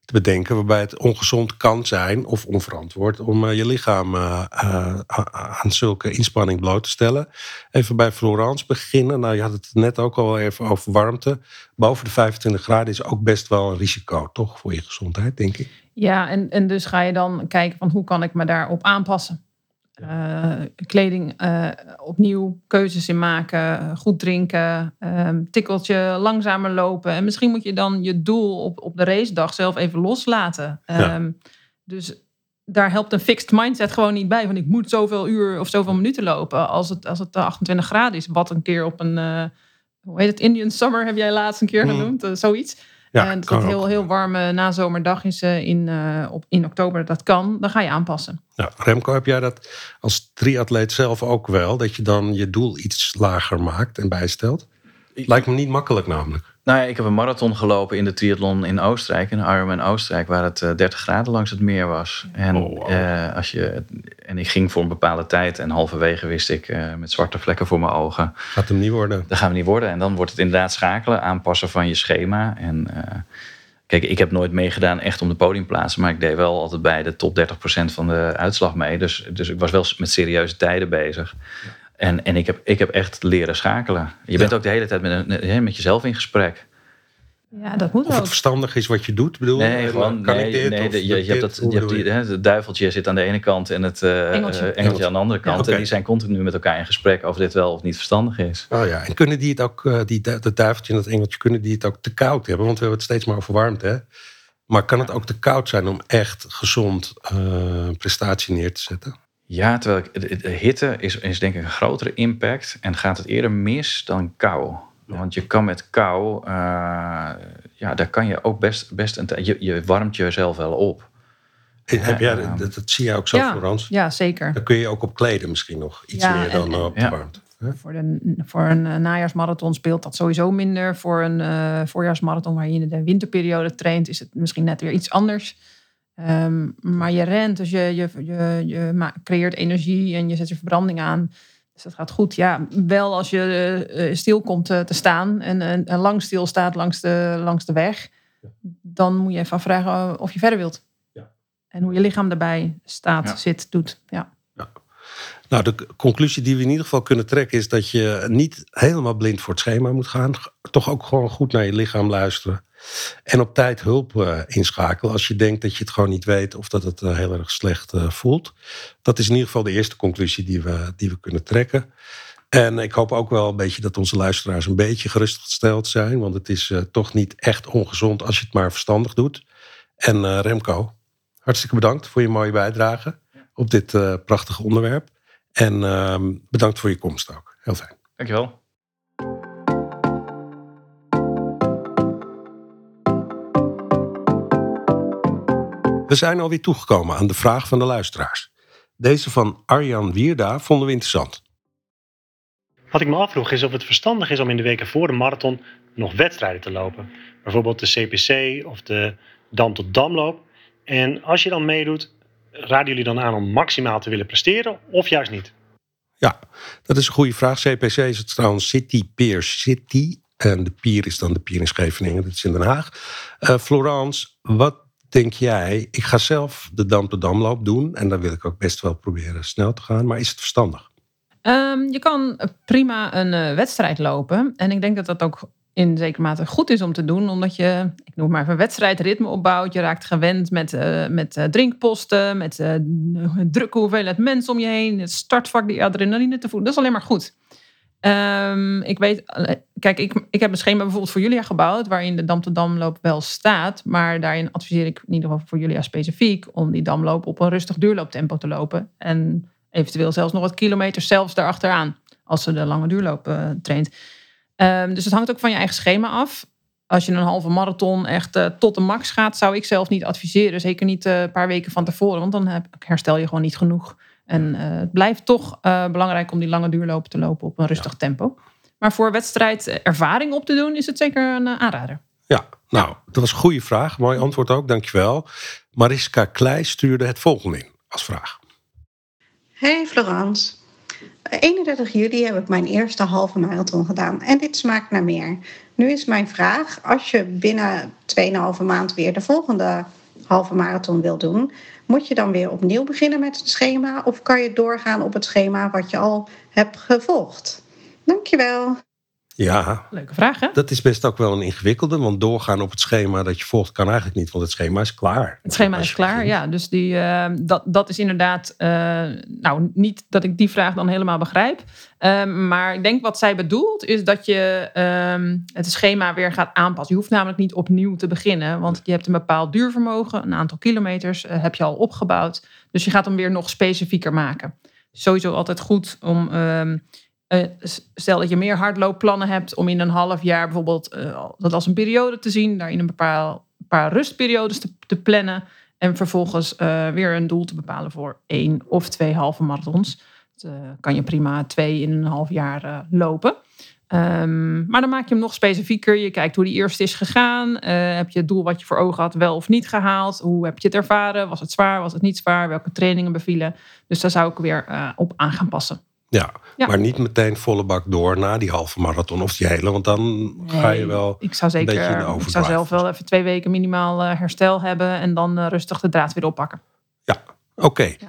te bedenken waarbij het ongezond kan zijn of onverantwoord om je lichaam aan zulke inspanning bloot te stellen. Even bij Florence beginnen. Nou, je had het net ook al even over warmte. Boven de 25 graden is ook best wel een risico, toch, voor je gezondheid, denk ik. Ja, en dus ga je dan kijken van hoe kan ik me daarop aanpassen. Kleding opnieuw keuzes in maken, goed drinken, tikkeltje langzamer lopen. En misschien moet je dan je doel op de racedag zelf even loslaten. Dus daar helpt een fixed mindset gewoon niet bij. Van ik moet zoveel uur of zoveel minuten lopen als het 28 graden is. Wat een keer op een, hoe heet het, Indian Summer heb jij laatst een keer genoemd, zoiets. En dat het heel warme nazomerdag is in oktober, dat kan, dan ga je aanpassen. Ja, Remco, heb jij dat als triatleet zelf ook wel? Dat je dan je doel iets lager maakt en bijstelt? Lijkt me niet makkelijk namelijk. Nou ja, ik heb een marathon gelopen in de triathlon in Oostenrijk, in Ironman Oostenrijk, waar het 30 graden langs het meer was. En ik ging voor een bepaalde tijd en halverwege wist ik met zwarte vlekken voor mijn ogen. Gaat hem niet worden. Dat gaan we niet worden. En dan wordt het inderdaad schakelen, aanpassen van je schema. En kijk, ik heb nooit meegedaan echt om de podiumplaatsen, maar ik deed wel altijd bij de top 30% van de uitslag mee. Dus ik was wel met serieuze tijden bezig. En ik heb echt leren schakelen. Je bent ook de hele tijd met jezelf in gesprek. Ja, dat moet of het verstandig is wat je doet, bedoel je? Nee, gewoon, het duiveltje zit aan de ene kant en het engeltje aan de andere kant. Ja, okay. En die zijn continu met elkaar in gesprek of dit wel of niet verstandig is. Oh ja, en kunnen die het ook, dat duiveltje en dat engeltje, kunnen die het ook te koud hebben? Want we hebben het steeds maar over warmte, hè? Maar kan het ook te koud zijn om echt gezond prestatie neer te zetten? Ja, terwijl de hitte is denk ik een grotere impact en gaat het eerder mis dan kou. Want je kan met kou, daar kan je ook best een tijd. Je warmt jezelf wel op. Heb jij, dat zie je ook zo, Florence? Ja, zeker. Daar kun je ook op kleden misschien nog iets meer dan op de warmte. Voor een najaarsmarathon speelt dat sowieso minder. Voor een voorjaarsmarathon waar je in de winterperiode traint, is het misschien net weer iets anders. Maar je rent, dus je creëert energie en je zet je verbranding aan. Dus dat gaat goed. Ja, wel als je stil komt te staan en lang stil staat langs de weg, dan moet je even afvragen of je verder wilt. Ja. En hoe je lichaam daarbij staat, zit, doet. Ja. Nou, de conclusie die we in ieder geval kunnen trekken is dat je niet helemaal blind voor het schema moet gaan. Toch ook gewoon goed naar je lichaam luisteren. En op tijd hulp inschakelen als je denkt dat je het gewoon niet weet of dat het heel erg slecht voelt. Dat is in ieder geval de eerste conclusie die we kunnen trekken. En ik hoop ook wel een beetje dat onze luisteraars een beetje gerustgesteld zijn. Want het is toch niet echt ongezond als je het maar verstandig doet. En Remco, hartstikke bedankt voor je mooie bijdrage op dit prachtige onderwerp. En bedankt voor je komst ook. Heel fijn. Dankjewel. We zijn alweer toegekomen aan de vraag van de luisteraars. Deze van Arjan Wierda vonden we interessant. Wat ik me afvroeg is of het verstandig is om in de weken voor de marathon nog wedstrijden te lopen. Bijvoorbeeld de CPC of de Dam tot Damloop. En als je dan meedoet, raden jullie dan aan om maximaal te willen presteren of juist niet? Ja, dat is een goede vraag. CPC is het trouwens City Pier City. En de pier is dan de pier in Scheveningen, dat is in Den Haag. Florence, wat denk jij? Ik ga zelf de Dam tot Damloop doen. En dan wil ik ook best wel proberen snel te gaan. Maar is het verstandig? Je kan prima een wedstrijd lopen. En ik denk dat dat ook in zekere mate goed is om te doen. Omdat je, ik noem maar even, wedstrijdritme opbouwt. Je raakt gewend met drinkposten. Met drukke hoeveelheid mensen om je heen. Het startvak, die adrenaline te voelen. Dat is alleen maar goed. Ik weet, kijk, ik heb een schema bijvoorbeeld voor Julia gebouwd, waarin de Dam tot Damloop wel staat. Maar daarin adviseer ik in ieder geval voor Julia specifiek om die damloop op een rustig duurlooptempo te lopen. En eventueel zelfs nog wat kilometers zelfs daarachteraan, als ze de lange duurloop traint. Dus het hangt ook van je eigen schema af. Als je een halve marathon echt tot de max gaat, zou ik zelf niet adviseren. Zeker niet een paar weken van tevoren, want dan herstel je gewoon niet genoeg. En het blijft toch belangrijk om die lange duurlopen te lopen op een rustig tempo. Maar voor wedstrijdervaring op te doen is het zeker een aanrader. Ja, nou, dat was een goede vraag. Mooi antwoord ook, dankjewel. Mariska Kleij stuurde het volgende in als vraag. Hey Florence. 31 juli heb ik mijn eerste halve marathon gedaan. En dit smaakt naar meer. Nu is mijn vraag, als je binnen 2,5 maand weer de volgende halve marathon wil doen, moet je dan weer opnieuw beginnen met het schema? Of kan je doorgaan op het schema wat je al hebt gevolgd? Dankjewel. Ja, Leuke vraag, hè? dat is best ook wel een ingewikkelde. Want doorgaan op het schema dat je volgt kan eigenlijk niet. Want het schema is klaar. Het schema is klaar, ja. Dus dat is inderdaad... niet dat ik die vraag dan helemaal begrijp. Maar ik denk wat zij bedoelt is dat je het schema weer gaat aanpassen. Je hoeft namelijk niet opnieuw te beginnen. Want je hebt een bepaald duurvermogen. Een aantal kilometers heb je al opgebouwd. Dus je gaat hem weer nog specifieker maken. Sowieso altijd goed om... stel dat je meer hardloopplannen hebt om in een half jaar bijvoorbeeld dat als een periode te zien, daarin een paar rustperiodes te plannen en vervolgens weer een doel te bepalen voor 1 of 2 halve marathons. Kan je prima 2 in een half jaar lopen. Maar dan maak je hem nog specifieker. Je kijkt hoe die eerste is gegaan. Heb je het doel wat je voor ogen had wel of niet gehaald? Hoe heb je het ervaren? Was het zwaar? Was het niet zwaar? Welke trainingen bevielen? Dus daar zou ik weer op aan gaan passen. Ja, maar niet meteen volle bak door na die halve marathon of die hele. Want dan ga je wel een beetje in de overdrive. Ik zou zelf wel even 2 weken minimaal herstel hebben en dan rustig de draad weer oppakken. Ja, oké. Ja.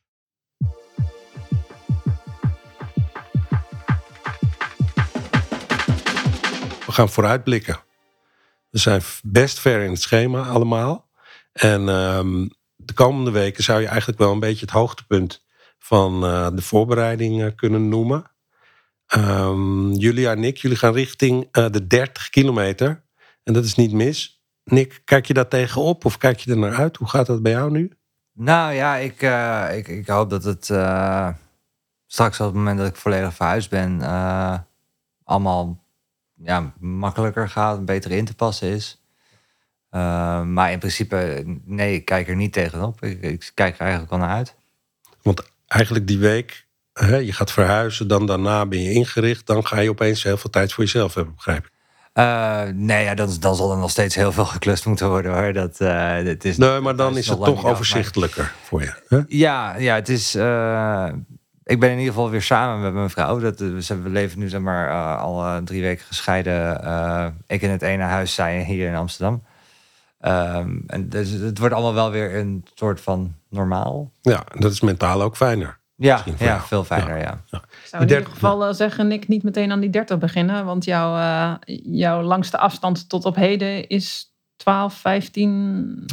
We gaan vooruitblikken. We zijn best ver in het schema allemaal. En de komende weken zou je eigenlijk wel een beetje het hoogtepunt van de voorbereiding kunnen noemen. Julia en Nick, jullie gaan richting de 30 kilometer. En dat is niet mis. Nick, kijk je daar tegenop of kijk je er naar uit? Hoe gaat dat bij jou nu? Nou ja, ik hoop dat het straks op het moment dat ik volledig verhuisd ben allemaal makkelijker gaat, beter in te passen is. Maar in principe, nee, ik kijk er niet tegenop. Ik kijk er eigenlijk wel naar uit. Want eigenlijk die week, je gaat verhuizen, dan daarna ben je ingericht. Dan ga je opeens heel veel tijd voor jezelf hebben, begrijp ik. Dan zal er nog steeds heel veel geklust moeten worden, hoor. Nee, maar dan is het toch overzichtelijker voor je. Hè? Ja, het is... ik ben in ieder geval weer samen met mijn vrouw. We leven nu zeg maar al 3 weken gescheiden. Ik in het ene huis, zij hier in Amsterdam. En dus het wordt allemaal wel weer een soort van normaal. Ja, dat is mentaal ook fijner. Ja, veel fijner, ja. Ik zou in ieder geval zeggen, Nick, niet meteen aan die 30 beginnen. Want jouw langste afstand tot op heden is 12, 15...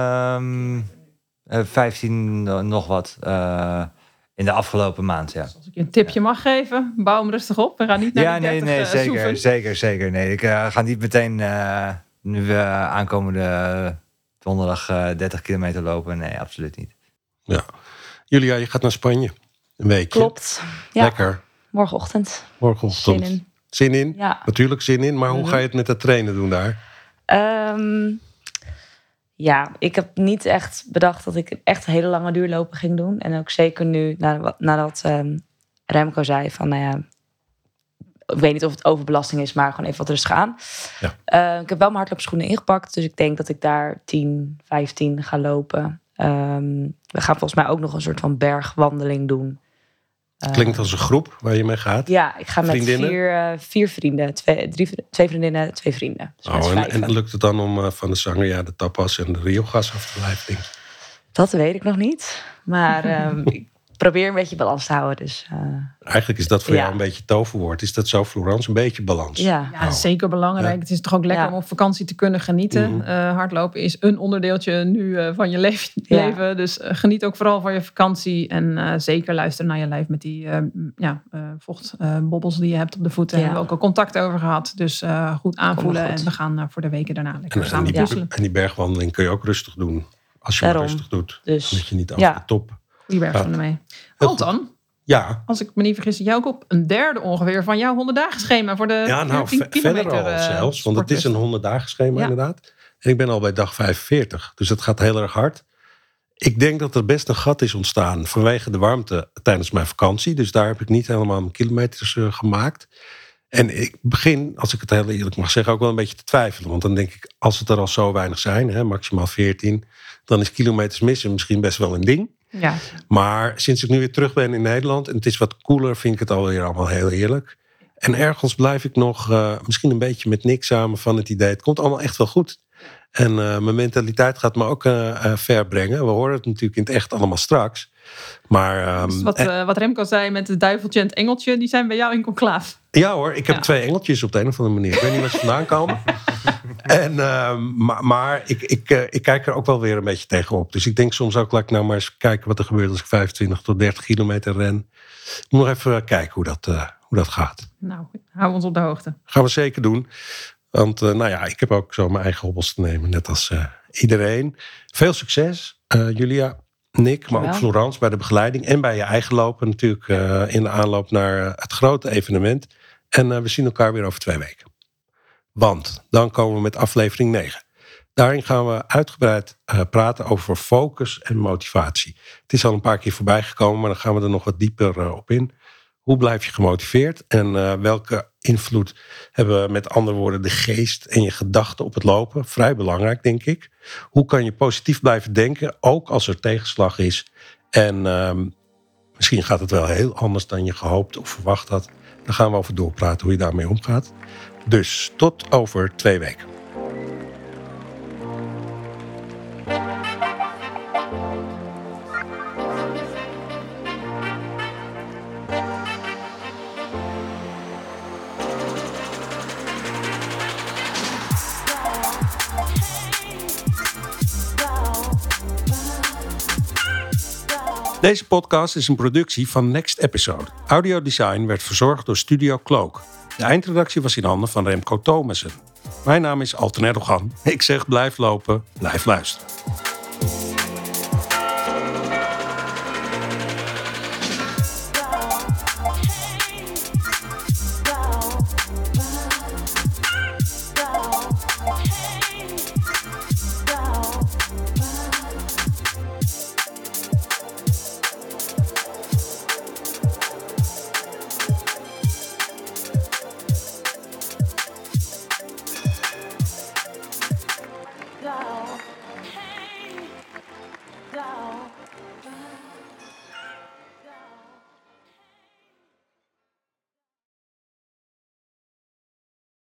15 nog wat in de afgelopen maand, ja. Dus als ik je een tipje mag geven, bouw hem rustig op. We gaan niet naar die 30 zeker. Nee, ik ga niet meteen nu aankomende donderdag 30 kilometer lopen. Nee, absoluut niet. Ja. Julia, je gaat naar Spanje. Een weekje. Klopt. Ja. Lekker. Morgenochtend. Zin in? Ja. Natuurlijk zin in. Maar hoe ga je het met dat trainen doen daar? Ik heb niet echt bedacht dat ik echt hele lange duurlopen ging doen. En ook zeker nu, nadat Remco zei van, ik weet niet of het overbelasting is, maar gewoon even wat rustig aan. Ja. Ik heb wel mijn hardloopschoenen ingepakt. Dus ik denk dat ik daar 10, 15 ga lopen. We gaan volgens mij ook nog een soort van bergwandeling doen. Klinkt als een groep waar je mee gaat? Ja, ik ga met 4 vrienden. 2 vriendinnen, 2 vrienden. Dus en lukt het dan om van de Sangria, de tapas en de Riogas af te blijven? Denk ik? Dat weet ik nog niet. Maar ik probeer een beetje balans te houden. Dus, eigenlijk is dat voor jou een beetje toverwoord. Is dat zo, Florence? Een beetje balans? Ja, zeker belangrijk. Ja. Het is toch ook lekker om op vakantie te kunnen genieten. Mm-hmm. Hardlopen is een onderdeeltje nu van je leven. Dus geniet ook vooral van je vakantie. En zeker luister naar je lijf met die vochtbobbels die je hebt op de voeten. Daar hebben we ook al contact over gehad. Dus goed aanvoelen. En we gaan voor de weken daarna lekker samen puzzelen. En die bergwandeling kun je ook rustig doen. Als je het rustig doet. Dus, dat je niet af de top... Die bergen mee. Altan, als ik me niet vergis, jij ook op een derde ongeveer van jouw 100-dagen schema voor de 10 kilometer. Verder al zelfs, want het is een 100-dagen schema inderdaad. En ik ben al bij dag 45, dus het gaat heel erg hard. Ik denk dat er best een gat is ontstaan vanwege de warmte tijdens mijn vakantie. Dus daar heb ik niet helemaal mijn kilometers gemaakt. En ik begin, als ik het heel eerlijk mag zeggen, ook wel een beetje te twijfelen. Want dan denk ik, als het er al zo weinig zijn, maximaal 14... dan is kilometers missen misschien best wel een ding. Ja. Maar sinds ik nu weer terug ben in Nederland en het is wat koeler, vind ik het alweer allemaal heel heerlijk. En ergens blijf ik nog misschien een beetje met Nick samen van het idee, het komt allemaal echt wel goed. En mijn mentaliteit gaat me ook ver brengen. We horen het natuurlijk in het echt allemaal straks. Maar, dus wat Remco zei met het duiveltje en het engeltje, die zijn bij jou in conclaaf. Ja hoor, ik heb 2 engeltjes op de een of andere manier. Ik weet niet waar ze vandaan komen. Maar ik kijk er ook wel weer een beetje tegenop. Dus ik denk soms ook, laat ik nou maar eens kijken wat er gebeurt als ik 25 tot 30 kilometer ren. Ik moet nog even kijken hoe dat gaat. Nou, hou ons op de hoogte. Gaan we zeker doen. Want ik heb ook zo mijn eigen hobbels te nemen, net als iedereen. Veel succes, Julia, Nick, maar ook Florence bij de begeleiding. En bij je eigen lopen natuurlijk in de aanloop naar het grote evenement. En we zien elkaar weer over 2 weken. Want dan komen we met aflevering 9. Daarin gaan we uitgebreid praten over focus en motivatie. Het is al een paar keer voorbij gekomen, maar dan gaan we er nog wat dieper op in. Hoe blijf je gemotiveerd en welke invloed hebben met andere woorden de geest en je gedachten op het lopen? Vrij belangrijk, denk ik. Hoe kan je positief blijven denken, ook als er tegenslag is? En misschien gaat het wel heel anders dan je gehoopt of verwacht had. Daar gaan we over doorpraten hoe je daarmee omgaat. Dus tot over 2 weken. Deze podcast is een productie van Next Episode. Audiodesign werd verzorgd door Studio Cloak. De eindredactie was in handen van Remco Thomassen. Mijn naam is Alten Erdogan. Ik zeg blijf lopen, blijf luisteren.